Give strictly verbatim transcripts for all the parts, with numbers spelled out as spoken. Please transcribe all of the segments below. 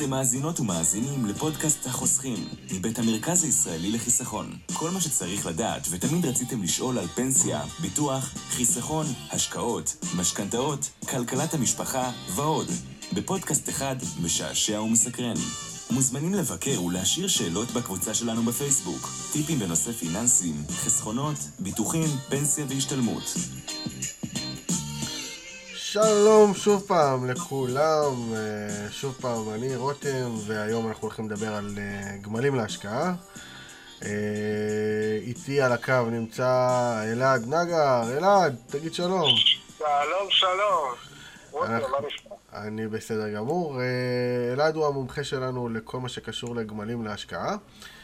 אתם מאזינות ומאזינים לפודקאסט החוסכים, מבית המרכז הישראלי לחיסכון. כל מה שצריך לדעת ותמיד רציתם לשאול על פנסיה, ביטוח, חיסכון, השקעות, משכנתאות, כלכלת המשפחה ועוד. בפודקאסט אחד משעשע ומסקרן. מוזמנים לבקר ולהשאיר שאלות בקבוצה שלנו בפייסבוק. טיפים בנושא פיננסים, חסכונות, ביטוחים, פנסיה והשתלמות. שלום שוב פעם לכולם, שוב פעם אני רותם, והיום אנחנו הולכים לדבר על גמלים להשקעה. איתי על הקו נמצא אלעד נגר. אלעד, תגיד שלום. שלום שלום. רותם, מה נשמע? אני בסדר גמור. אלעד הוא המומחה שלנו לכל מה שקשור לגמלים להשקעה.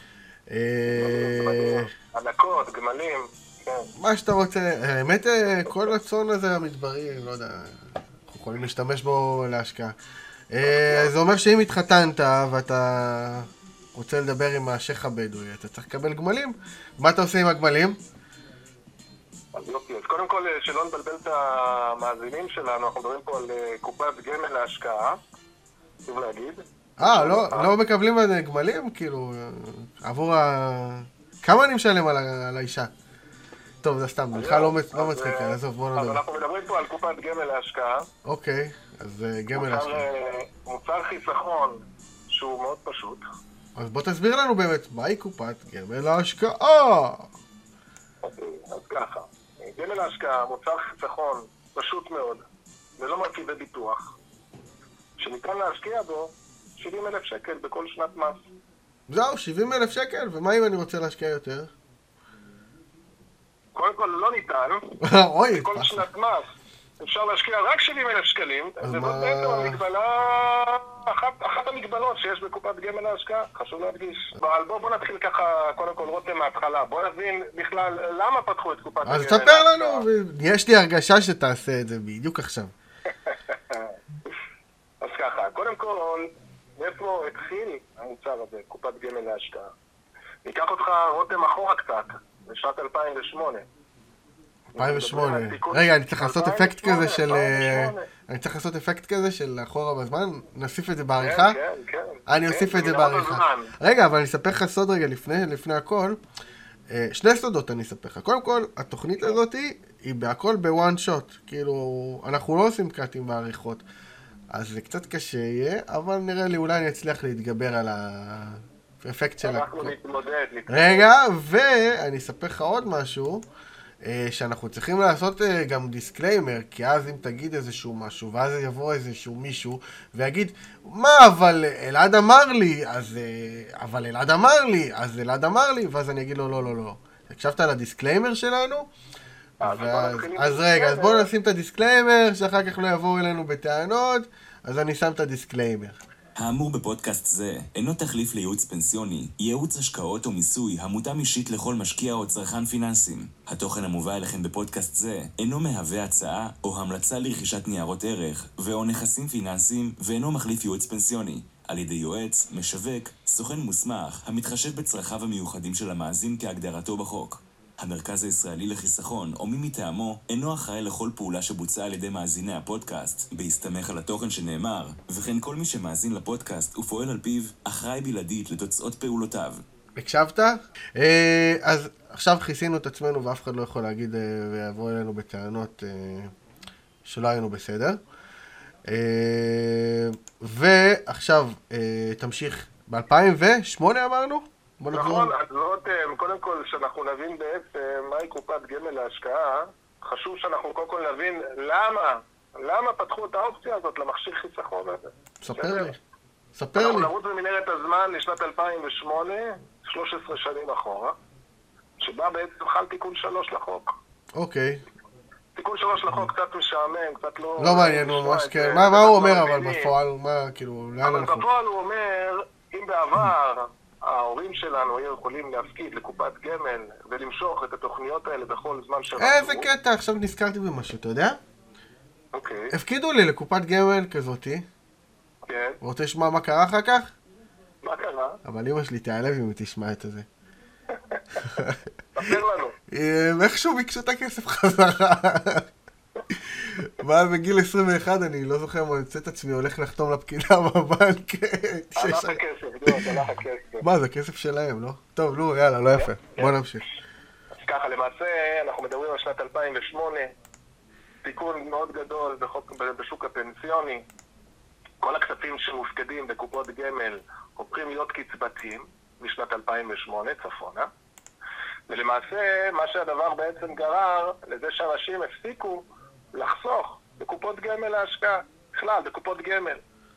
ענקות, גמלים. מה שאתה רוצה, האמת כל הצאן הזה המדברי, לא יודע, אנחנו יכולים להשתמש בו להשקעה. זה אומר שאם התחתנת ואתה רוצה לדבר עם השייך הבדואי, אתה צריך לקבל גמלים. מה אתה עושה עם הגמלים? אז יופי, אז קודם כל שלא נבלבל את המאזינים שלנו, אנחנו מדברים פה על קופת גמל להשקעה, טוב להגיד. אה, לא מקבלים גמלים? כאילו, עבור ה... כמה אני משלם על האישה? טוב, זה סתם, בכלל לא מצחיק, עזוב, בוא נדבר. אז אנחנו מדברים פה על קופת גמל להשקעה. אוקיי, אז גמל להשקעה. מוצר חיסכון שהוא מאוד פשוט. אז בוא תסביר לנו באמת, מהי קופת גמל להשקעה? אז ככה, גמל להשקעה, מוצר חיסכון פשוט מאוד, ללא מרכיבי ביטוח, שניתן להשקיע בו שבעים אלף שקל בכל שנת מס. זהו, שבעים אלף שקל? ומה אם אני רוצה להשקיע יותר? קודם כל לא ניתן, בכל שנת מס אפשר להשקיע רק שבעים אלף שקלים, וזאת בעצם המגבלה, אחת המגבלות שיש בקופת גמל להשקעה, חשוב להדגיש. אבל בוא נתחיל ככה, קודם כל רותם מההתחלה, בוא נבין בכלל למה פתחו את קופת גמל להשקעה. אז תספר לנו, יש לי הרגשה שתעשה את זה בדיוק עכשיו. אז ככה, קודם כל, מאיפה התחיל המוצר הזה, קופת גמל להשקעה? ניקח אותך רותם אחורה קצת, בשנת אלפיים ושמונה. אלפיים ושמונה. רגע, אני צריך לעשות אפקט כזה של... אני צריך לעשות אפקט כזה של אחורה בזמן? נוסיף את זה בעריכה? כן, כן. אני אוסיף את זה בעריכה. רגע, אבל אני אספר לך סוד רגע לפני, לפני הכל. שני סודות אני אספר לך. קודם כל, התוכנית הזאת היא בהכל בוואן שוט. כאילו, אנחנו לא עושים קאטים בעריכות. אז זה קצת קשה יהיה, אבל נראה לי אולי אני אצליח להתגבר על האפקט של... אנחנו נתמודד. רגע, ואני אספר לך עוד משהו. שאנחנו צריכים לעשות גם דיסקליימר, כי אז אם תגיד איזשהו משהו, ואז יבוא איזשהו מישהו, ויגיד, מה, אבל אלעד אמר לי, אז, אבל אלעד אמר לי, אז אלעד אמר לי, ואז אני אגיד לו, לא, לא, לא. הקשבת על הדיסקליימר שלנו? אז, ואז, אז רגע, אז בואו נשים את הדיסקליימר, שאחר כך לא יבואו אלינו בטענות, אז אני שם את הדיסקליימר. האמור בפודקאסט זה אינו תחליף לייעוץ פנסיוני, ייעוץ השקעות או מיסוי המותאם אישית לכל משקיע או צרכן פיננסים. התוכן המובא אליכם בפודקאסט זה אינו מהווה הצעה או המלצה לרכישת ניירות ערך ואו נכסים פיננסיים ואינו מחליף ייעוץ פנסיוני. על ידי יועץ, משווק, סוכן מוסמך, המתחשב בצרכיו המיוחדים של המאזין כהגדרתו בחוק. המרכז הישראלי לחיסכון, או מי מטעמו, אינו אחראי לכל פעולה שבוצעה על ידי מאזיני הפודקאסט, בהסתמך על התוכן שנאמר, וכן כל מי שמאזין לפודקאסט ופועל על פיו, אחראי בלעדית לתוצאות פעולותיו. הקשבת? אז עכשיו כיסינו את עצמנו ואף אחד לא יכול להגיד ויבוא אלינו בטענות שלא היינו בסדר. ועכשיו תמשיך ב-אלפיים ושמונה אמרנו? נכון, אז רותם, קודם כל שאנחנו נבין בעצם מהי קופת גמל להשקעה, חשוב שאנחנו קודם כל נבין למה, למה פתחו את האופציה הזאת למכשיר חיסכון הזה. ספר לי, ספר לי. אנחנו נרוץ במנהרת הזמן לשנת אלפיים ושמונה, שלוש עשרה שנים אחורה, שבה בעצם חל תיקון שלוש לחוק. אוקיי. תיקון שלוש לחוק קצת משעמם, קצת לא... לא מעניין, ממש כן. מה הוא אומר אבל בפועל? מה, כאילו, לאן אנחנו... אבל בפועל הוא אומר, אם בעבר... ההורים שלנו היו יכולים להפקיד לקופת גמל ולמשוך את התוכניות האלה בכל זמן שרצו. איזה קטע, עכשיו נזכרתי במשהו, אתה יודע? אוקיי. הפקידו לי לקופת גמל כזאתי. כן. רוצה לשמוע מה קרה אחר כך? מה קרה? אבל אמא שלי תיעלב אם היא תשמע את זה. תספר לנו. איכשהו ביקשו את הכסף חזרה. ואז בגיל עשרים ואחת אני לא זוכר מה יוצא את עצמי, הולך לחתום לפקידה בבנק. הלך הכסף, לא, הלך הכסף. מה, זה כסף שלהם, לא? טוב, נו, יאללה, לא יפה. בוא נמשיך. אז ככה, למעשה, אנחנו מדברים על שנת אלפיים ושמונה, תיקון מאוד גדול בחוק, בשוק הפנסיוני. כל הכספים שמופקדים בקופות גמל הופכים להיות קצבתיים משנת אלפיים ושמונה, צפונה. ולמעשה, מה שהדבר בעצם גרר לזה שאנשים הפסיקו לחסוך בקופות גמל להשקעה, בכלל, בקופות גמל.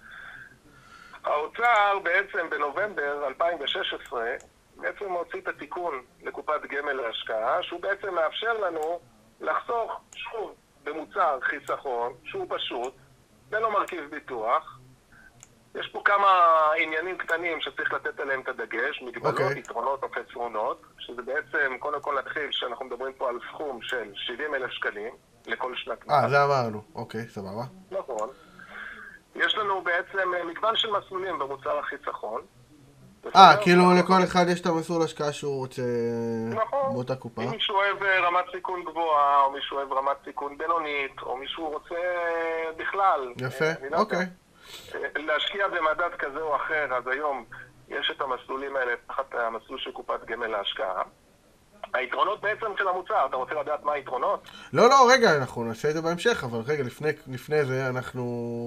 האוצר בעצם בנובמבר אלפיים ושש עשרה בעצם מוציא את התיקון לקופת גמל להשקעה, שהוא בעצם מאפשר לנו לחסוך שוב במוצר חיסכון, שהוא פשוט, אין לו מרכיב ביטוח. יש פה כמה עניינים קטנים שצריך לתת עליהם את הדגש, מגבלות, okay. יתרונות או חסרונות, שזה בעצם, קודם כל נתחיל שאנחנו מדברים פה על סכום של שבעים אלף שקלים לכל שנת מס. אה, זה אמרנו, אוקיי, סבבה. נכון. יש לנו בעצם מגוון של מסלולים במוצר החיסכון. אה, כאילו לכל אחד יש את המסלול השקעה שהוא רוצה נכון. באותה קופה. אם מישהו אוהב רמת סיכון גבוהה, או מישהו אוהב רמת סיכון בינונית, או מישהו רוצה בכלל. יפה, אוקיי. להשקיע במדד כזה או אחר, אז היום יש את המסלולים האלה תחת המסלול של קופת גמל להשקעה. היתרונות בעצם של המוצר, אתה רוצה לדעת מה היתרונות? לא, לא, רגע, אנחנו נעשה את זה בהמשך, אבל רגע, לפני, לפני זה אנחנו,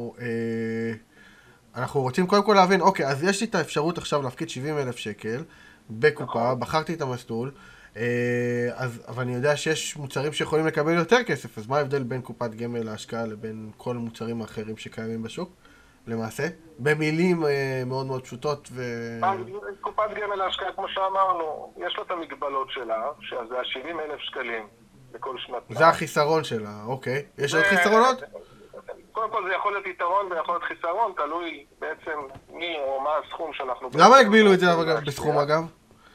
אה, אנחנו רוצים קודם כל להבין, אוקיי, אז יש לי את האפשרות עכשיו להפקיד שבעים אלף שקל בקופה, בחרתי את המסלול, אה, אז, אבל אני יודע שיש מוצרים שיכולים לקבל יותר כסף, אז מה ההבדל בין קופת גמל להשקעה לבין כל המוצרים האחרים שקיימים בשוק? למעשה, במילים אה, מאוד מאוד פשוטות ו... קופת גמל להשקעה, כמו שאמרנו, יש לה את המגבלות שלה, שזה ה-שבעים אלף שקלים לכל שנת. זה החיסרון שלה, אוקיי. יש עוד חיסרונות? קודם כל זה יכול להיות יתרון ויכול להיות חיסרון, תלוי בעצם מי או מה הסכום שאנחנו... למה הגבילו את זה בסכום אגב?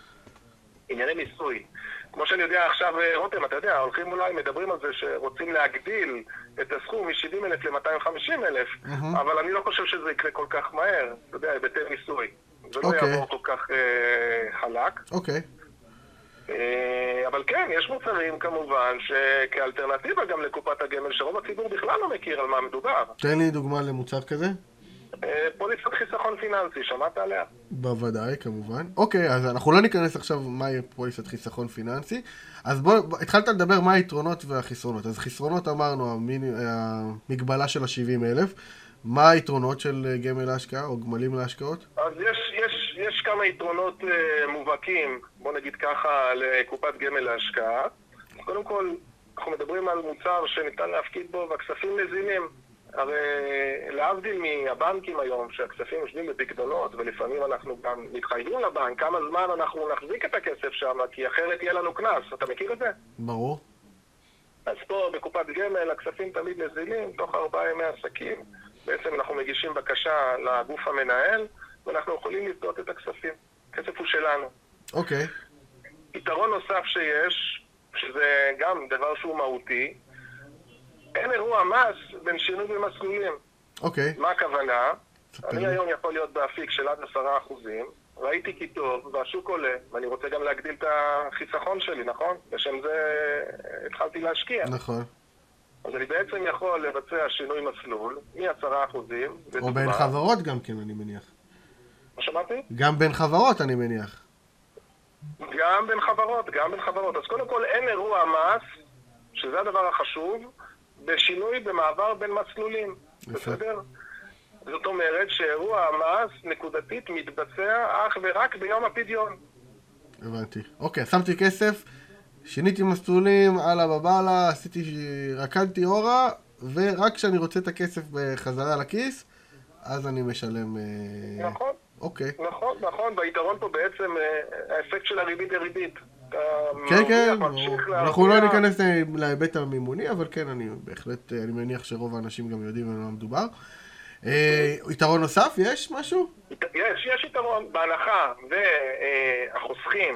ענייני מיסוי. כמו שאני יודע עכשיו, רותם, אתה יודע, הולכים אולי, מדברים על זה שרוצים להגדיל את הסכום מ-שבעים אלף ל-מאתיים וחמישים אלף, mm-hmm. אבל אני לא חושב שזה יקרה כל כך מהר, אתה יודע, היבטי מיסוי. זה okay. לא יעבור כל כך אה, חלק. אוקיי. Okay. אה, אבל כן, יש מוצרים כמובן שכאלטרנטיבה גם לקופת הגמל, שרוב הציבור בכלל לא מכיר על מה מדובר. תן לי דוגמה למוצר כזה. פוליסת חיסכון פיננסי, שמעת עליה? בוודאי, כמובן. אוקיי, אז אנחנו לא ניכנס עכשיו מהי פוליסת חיסכון פיננסי. אז בוא, התחלת לדבר מה היתרונות והחיסרונות. אז חיסרונות אמרנו, המיני, המגבלה של ה-שבעים אלף. מה היתרונות של גמל להשקעה או גמלים להשקעות? אז יש, יש, יש כמה יתרונות uh, מובהקים, בוא נגיד ככה, לקופת גמל להשקעה. קודם כל, אנחנו מדברים על מוצר שניתן להפקיד בו והכספים נזילים. הרי להבדיל מהבנקים היום, שהכספים יושבים בפקדונות, ולפעמים אנחנו גם מתחייבים לבנק, כמה זמן אנחנו נחזיק את הכסף שם, כי אחרת יהיה לנו קנס. אתה מכיר את זה? ברור. אז פה בקופת גמל הכספים תמיד נזילים, תוך ארבעה ימי עסקים. בעצם אנחנו מגישים בקשה לגוף המנהל, ואנחנו יכולים לבדוק את הכספים. הכסף הוא שלנו. אוקיי. יתרון נוסף שיש, שזה גם דבר שהוא מהותי, אין אירוע מס בין שינוי במסלולים. אוקיי. מה הכוונה? ספר. אני היום יכול להיות באפיק של עד עשרה אחוזים, ראיתי כי טוב, והשוק עולה, ואני רוצה גם להגדיל את החיסכון שלי, נכון? בשם זה התחלתי להשקיע. נכון. אז אני בעצם יכול לבצע שינוי מסלול, מ-עשרה אחוזים. או בין חברות גם כן, אני מניח. מה שמעתי? גם בין חברות, אני מניח. גם בין חברות, גם בין חברות. אז קודם כל אין אירוע מס, שזה הדבר החשוב, בשינוי במעבר בין מסלולים. בסדר? זאת אומרת שאירוע המס נקודתית מתבצע אך ורק ביום הפדיון. הבנתי. אוקיי, שמתי כסף, שיניתי מסלולים, הלאה בבאללה, עשיתי, רקדתי אורה, ורק כשאני רוצה את הכסף בחזרה לכיס, אז אני משלם... נכון. אוקיי. נכון, נכון. והיתרון פה בעצם האפקט של הריבית דריבית. כן, כן, אנחנו לא ניכנס להיבט המימוני, אבל כן, אני בהחלט, אני מניח שרוב האנשים גם יודעים על מה מדובר. יתרון נוסף, יש משהו? יש, יש יתרון. בהנחה והחוסכים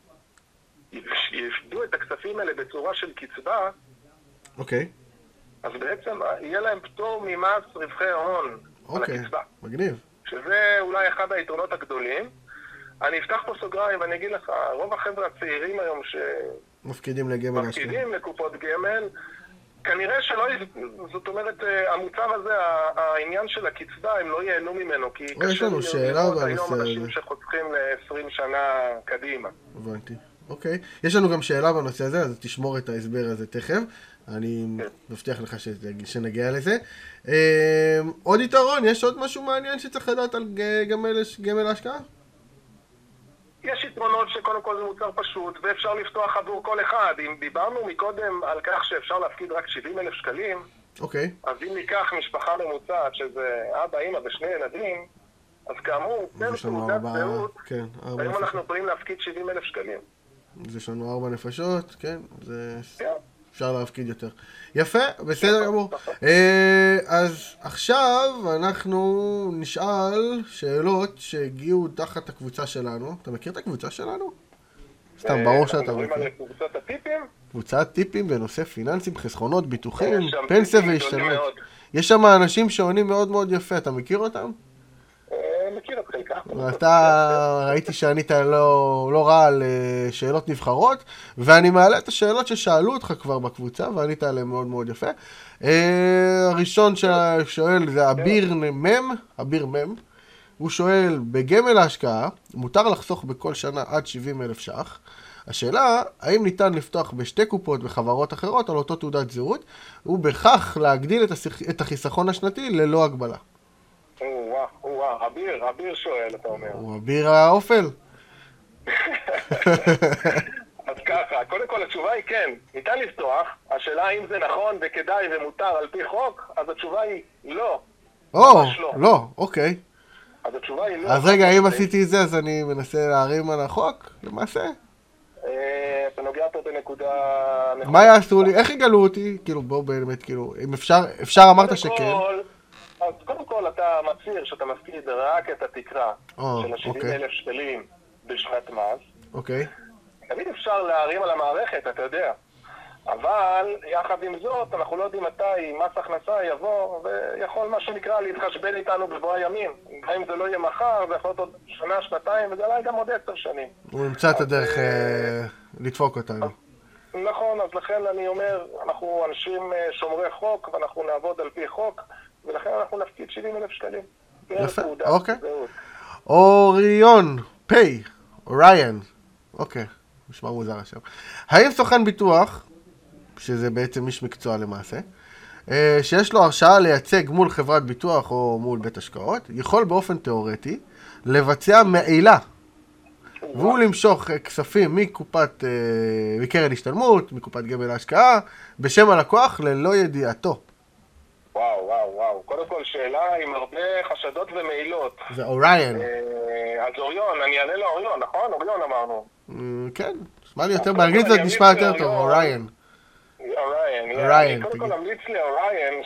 יפדו את הכספים האלה בצורה של קצבה, אוקיי. אז בעצם יהיה להם פטור ממס רווחי הון על הקצבה. מגניב. שזה אולי אחד היתרונות הגדולים. אני אפתח פה סוגריים ואני אגיד לך, רוב החבר'ה הצעירים היום ש... מפקידים לגמל מפקידים לקופות גמל, כנראה שלא, זאת אומרת, המוצר הזה, העניין של הקצבה, הם לא ייהנו ממנו, כי יש לנו שאלה בנושא הזה. היום אנשים שחוסכים ל-עשרים שנה קדימה. הבנתי. אוקיי. יש לנו גם שאלה בנושא הזה, אז תשמור את ההסבר הזה תכף. אני מבטיח לך שנגיע לזה. עוד יתרון, יש עוד משהו מעניין שצריך לדעת על גמל ההשקעה? יש יתרונות שקודם כל זה מוצר פשוט, ואפשר לפתוח עבור כל אחד. אם דיברנו מקודם על כך שאפשר להפקיד רק שבעים אלף שקלים, אוקיי. אז אם ניקח משפחה ממוצעת, שזה אבא, אמא ושני ילדים, אז כאמור, יש לנו ארבע, כן, ארבע היום אנחנו יכולים להפקיד שבעים אלף שקלים. אז יש לנו ארבע נפשות, כן, זה... כן. אפשר להפקיד יותר. יפה, בסדר גמור. אז עכשיו אנחנו נשאל שאלות שהגיעו תחת הקבוצה שלנו. אתה מכיר את הקבוצה שלנו? סתם, ברור שאתה מכיר. אנחנו מדברים על קבוצת הטיפים? קבוצת טיפים בנושא פיננסים, חסכונות, ביטוחים, פנסיה והשתלמות. יש שם אנשים שעונים מאוד מאוד יפה, אתה מכיר אותם? מכיר את חלקם. אתה ראיתי שענית לא, לא רע על שאלות נבחרות, ואני מעלה את השאלות ששאלו אותך כבר בקבוצה, וענית עליהן מאוד מאוד יפה. הראשון ששואל זה אביר מם, אביר מם. הוא שואל, בגמל ההשקעה, מותר לחסוך בכל שנה עד שבעים אלף ש"ח. השאלה, האם ניתן לפתוח בשתי קופות בחברות אחרות על אותו תעודת זהות, ובכך להגדיל את החיסכון השנתי ללא הגבלה? וואו, וואו, אביר, אביר שואל, אתה אומר. הוא אביר האופל. אז ככה, קודם כל התשובה היא כן, ניתן לפתוח. השאלה האם זה נכון וכדאי ומותר על פי חוק, אז התשובה היא לא. או, לא, אוקיי. אז התשובה היא לא. אז רגע, אם עשיתי את זה, אז אני מנסה להרים על החוק, למעשה? אתה נוגע פה בנקודה... מה יעשו לי? איך יגלו אותי? כאילו, בואו באמת, כאילו, אם אפשר, אפשר אמרת שכן. אז קודם כל אתה מצהיר שאתה מפקיד רק את התקרה או, של ה-שבעים אלף שקלים בשנת מס. אוקיי. תמיד אפשר להרים על המערכת, אתה יודע. אבל יחד עם זאת, אנחנו לא יודעים מתי מס הכנסה יבוא, ויכול מה שנקרא להתחשבן איתנו בבוא הימים. אם זה לא יהיה מחר, זה יכול להיות עוד שנה, שנתיים, וזה אולי גם עוד עשר שנים. הוא ימצא את הדרך לדפוק אותנו. נכון, אז לכן אני אומר, אנחנו אנשים שומרי חוק, ואנחנו נעבוד על פי חוק, ולכן אנחנו נפקיד שבעים אלף שקלים. יפה, אוקיי. אוריון, פיי, אוריין. אוקיי, נשמע מוזר עכשיו. האם סוכן ביטוח, שזה בעצם איש מקצוע למעשה, שיש לו הרשאה לייצג מול חברת ביטוח או מול בית השקעות, יכול באופן תיאורטי לבצע מעילה, והוא למשוך כספים מקופת, מקרן השתלמות, מקופת גמל ההשקעה, בשם הלקוח ללא ידיעתו? וואו, וואו, וואו. קודם כל שאלה עם הרבה חשדות ומעילות. זה אוריין. אז אוריון, אני אענה לאוריון, נכון? אוריון אמרנו. כן, נשמע לי יותר, באנגלית זה נשמע יותר טוב, אוריין. אוריין. אני קודם כל אמליץ לאוריין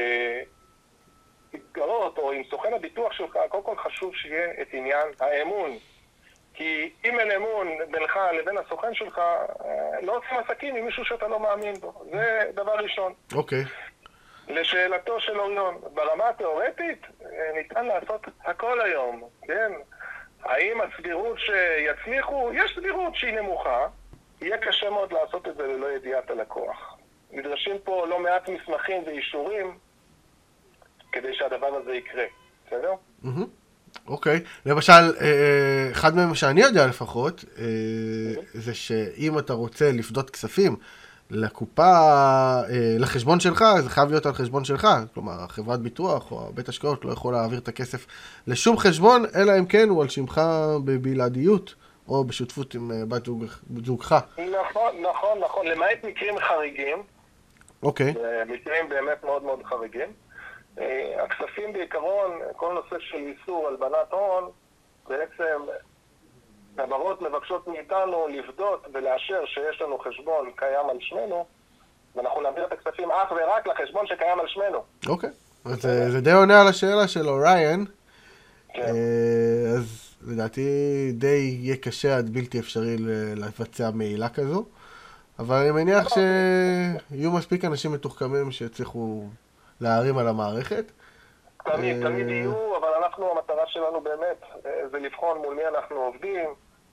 שהתגרות, או עם סוכן הביטוח שלך, קודם כל חשוב שיהיה את עניין האמון. כי אם אין אמון בינך לבין הסוכן שלך, לא עושים עסקים עם מישהו שאתה לא מאמין בו. זה דבר ראשון. אוקיי. לשאלתו של אוריון, ברמה התיאורטית ניתן לעשות הכל היום, כן? האם הסבירות שיצליחו? יש סבירות שהיא נמוכה, יהיה קשה מאוד לעשות את זה ללא ידיעת הלקוח. נדרשים פה לא מעט מסמכים ואישורים כדי שהדבר הזה יקרה, בסדר? אוקיי, למשל, אחד מהם שאני יודע לפחות, זה שאם אתה רוצה לפדות כספים לקופה, לחשבון שלך, זה חייב להיות על חשבון שלך. כלומר, החברת ביטוח או בית השקעות לא יכול להעביר את הכסף לשום חשבון, אלא אם כן הוא על שמך בבלעדיות, או בשותפות עם בת זוגך. נכון, נכון, נכון. למעט מקרים חריגים. אוקיי. מקרים באמת מאוד מאוד חריגים. הכספים בעיקרון, כל נושא של איסור הלבנת הון, בעצם חברות מבקשות מאיתנו לבדות ולאשר שיש לנו חשבון קיים על שמנו, ואנחנו נעביר את הכספים אך ורק לחשבון שקיים על שמנו. אוקיי, אז זה די עונה על השאלה של אוריין. אז לדעתי די יהיה קשה עד בלתי אפשרי לבצע מעילה כזו, אבל אני מניח שיהיו מספיק אנשים מתוחכמים שיצליחו להרים על המערכת. תמיד, תמיד יהיו, אבל אנחנו, המטרה שלנו באמת זה לבחון מול מי אנחנו עובדים,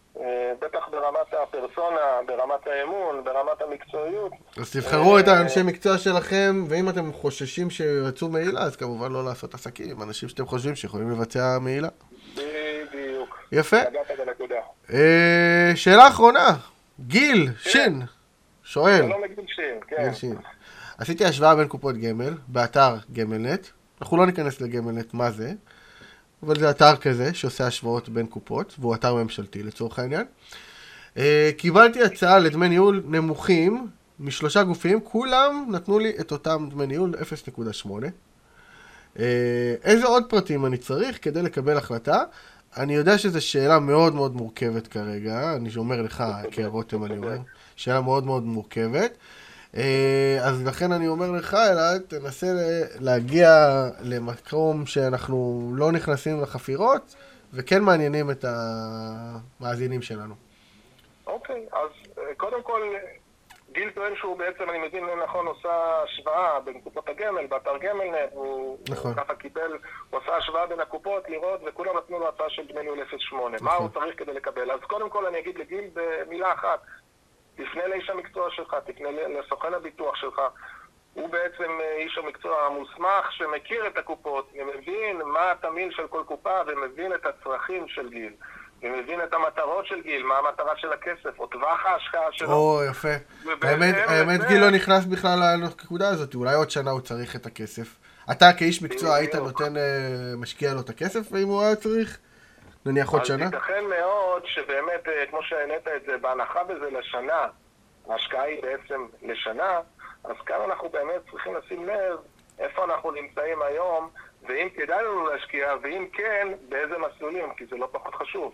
בטח ברמת הפרסונה, ברמת האמון, ברמת המקצועיות. אז תבחרו את האנשי מקצוע שלכם, ואם אתם חוששים שירצו מעילה, אז כמובן לא לעשות עסקים עם אנשים שאתם חושבים שיכולים לבצע מעילה. בדיוק. יפה. הגעת בנקודה. שאלה אחרונה, גיל, שין, שואל. שלום לגיל שין, כן. גיל שין. עשיתי השוואה בין קופות גמל, באתר גמלנט. אנחנו לא ניכנס לגמלנט מה זה, אבל זה אתר כזה שעושה השוואות בין קופות, והוא אתר ממשלתי לצורך העניין. קיבלתי הצעה לדמי ניהול נמוכים משלושה גופים, כולם נתנו לי את אותם דמי ניהול אפס נקודה שמונה. איזה עוד פרטים אני צריך כדי לקבל החלטה? אני יודע שזו שאלה מאוד מאוד מורכבת כרגע, אני אומר לך כרותם אני אומר, שאלה מאוד מאוד מורכבת. אז לכן אני אומר לך, אלעד, תנסה להגיע למקום שאנחנו לא נכנסים לחפירות, וכן מעניינים את המאזינים שלנו. אוקיי, אז קודם כל, גיל טוען שהוא בעצם, אני מבין נכון, עושה השוואה בין קופות הגמל, באתר גמלנט, הוא ככה קיבל, הוא עושה השוואה בין הקופות, לראות, וכולם נתנו לו הצעה של דמי ניהול אפס נקודה שמונה. מה הוא צריך כדי לקבל? אז קודם כל אני אגיד לגיל במילה אחת, תפנה לאיש המקצוע שלך, תפנה לסוכן הביטוח שלך. הוא בעצם איש המקצוע המוסמך שמכיר את הקופות, ומבין מה התמיל של כל קופה, ומבין את הצרכים של גיל. ומבין את המטרות של גיל, מה המטרה של הכסף, או טווח ההשקעה שלו. או, יפה. האמת גיל לא נכנס בכלל לנקודה הזאת, אולי עוד שנה הוא צריך את הכסף. אתה כאיש מקצוע היית נותן, משקיע לו את הכסף, ואם הוא היה צריך, נניח עוד שנה? אז ייתכן מאוד שבאמת, כמו שהענית את זה, בהנחה בזה לשנה, ההשקעה היא בעצם לשנה, אז כאן אנחנו באמת צריכים לשים לב איפה אנחנו נמצאים היום, ואם כדאי לנו להשקיע, ואם כן, באיזה מסלולים, כי זה לא פחות חשוב.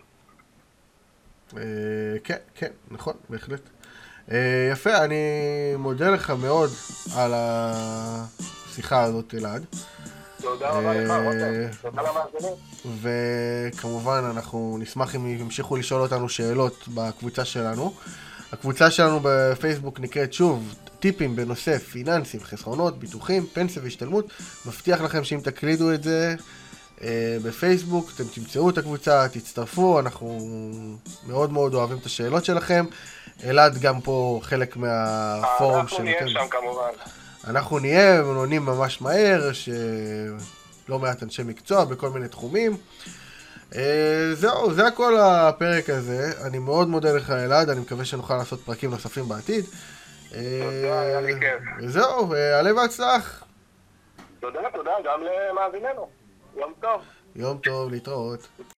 כן, כן, נכון, בהחלט. יפה, אני מודה לך מאוד על השיחה הזאת, אלעד. תודה רבה לך, רותם. תודה למאזינים. וכמובן, אנחנו נשמח אם ימשיכו לשאול אותנו שאלות בקבוצה שלנו. הקבוצה שלנו בפייסבוק נקראת שוב, טיפים בנושא פיננסים, חסכונות, ביטוחים, פנסיה והשתלמות. מבטיח לכם שאם תקלידו את זה אה, בפייסבוק, אתם תמצאו את הקבוצה, תצטרפו, אנחנו מאוד מאוד אוהבים את השאלות שלכם. אלעד גם פה חלק מהפורום אנחנו נהיה שם כמובן. אנחנו נהיה ונונים ממש מהר, שלא מעט אנשי מקצוע בכל מיני תחומים. זהו, זה הכל הפרק הזה. אני מאוד מודה לך אלעד, אני מקווה שנוכל לעשות פרקים נוספים בעתיד. תודה, היה לי כיף. זהו, עלה והצלח. תודה, תודה, גם למאזיננו. יום טוב. יום טוב, להתראות.